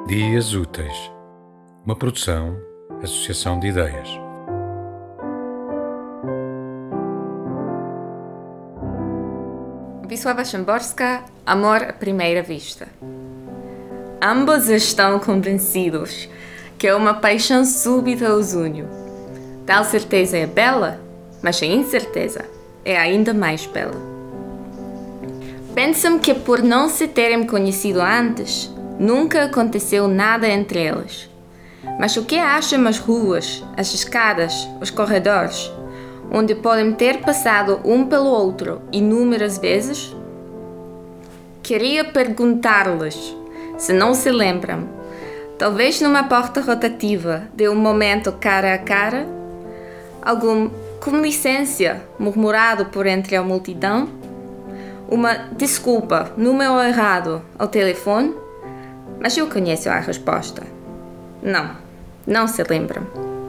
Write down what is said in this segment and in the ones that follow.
Dias Úteis, uma produção, associação de ideias. Wisława Szymborska, Amor à Primeira Vista. Ambos estão convencidos que é uma paixão súbita os une. Tal certeza é bela, mas a incerteza é ainda mais bela. Pensam que por não se terem conhecido antes, nunca aconteceu nada entre eles. Mas o que acham as ruas, as escadas, os corredores, onde podem ter passado um pelo outro inúmeras vezes? Queria perguntar-lhes, se não se lembram, talvez numa porta rotativa de um momento cara a cara, algum com licença murmurado por entre a multidão, uma desculpa, número errado ao telefone, mas eu conheço a resposta. Não se lembram.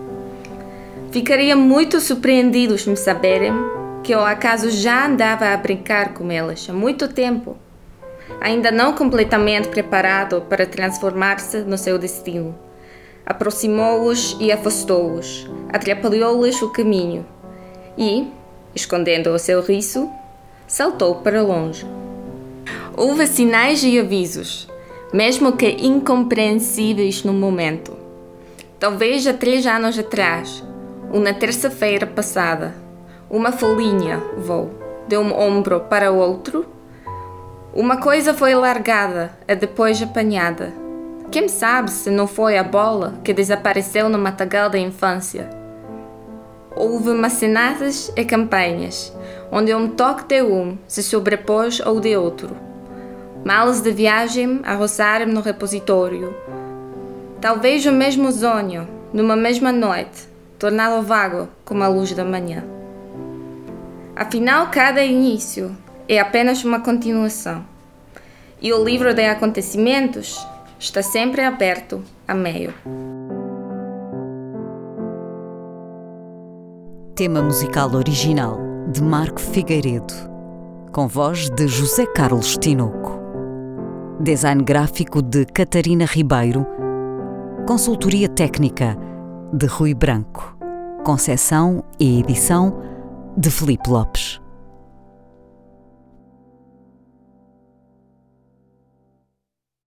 Ficaria muito surpreendidos me saberem que eu acaso já andava a brincar com elas há muito tempo, ainda não completamente preparado para transformar-se no seu destino. Aproximou-os e afastou-os, atrapalhou-lhes o caminho e, escondendo o seu riso, saltou para longe. Houve sinais e avisos, mesmo que incompreensíveis no momento. Talvez há 3 anos atrás, ou na terça-feira passada, uma folhinha voou de um ombro para o outro. Uma coisa foi largada e depois apanhada. Quem sabe se não foi a bola que desapareceu no matagal da infância. Houve macinadas e campanhas, onde um toque de um se sobrepôs ao de outro. Malas de viagem a roçarem no repositório. Talvez o mesmo sonho, numa mesma noite, tornado vago como a luz da manhã. Afinal, cada início é apenas uma continuação. E o livro de acontecimentos está sempre aberto a meio. Tema musical original de Marco Figueiredo, com voz de José Carlos Tinoco. Design gráfico de Catarina Ribeiro. Consultoria técnica de Rui Branco. Conceção e edição de Filipe Lopes.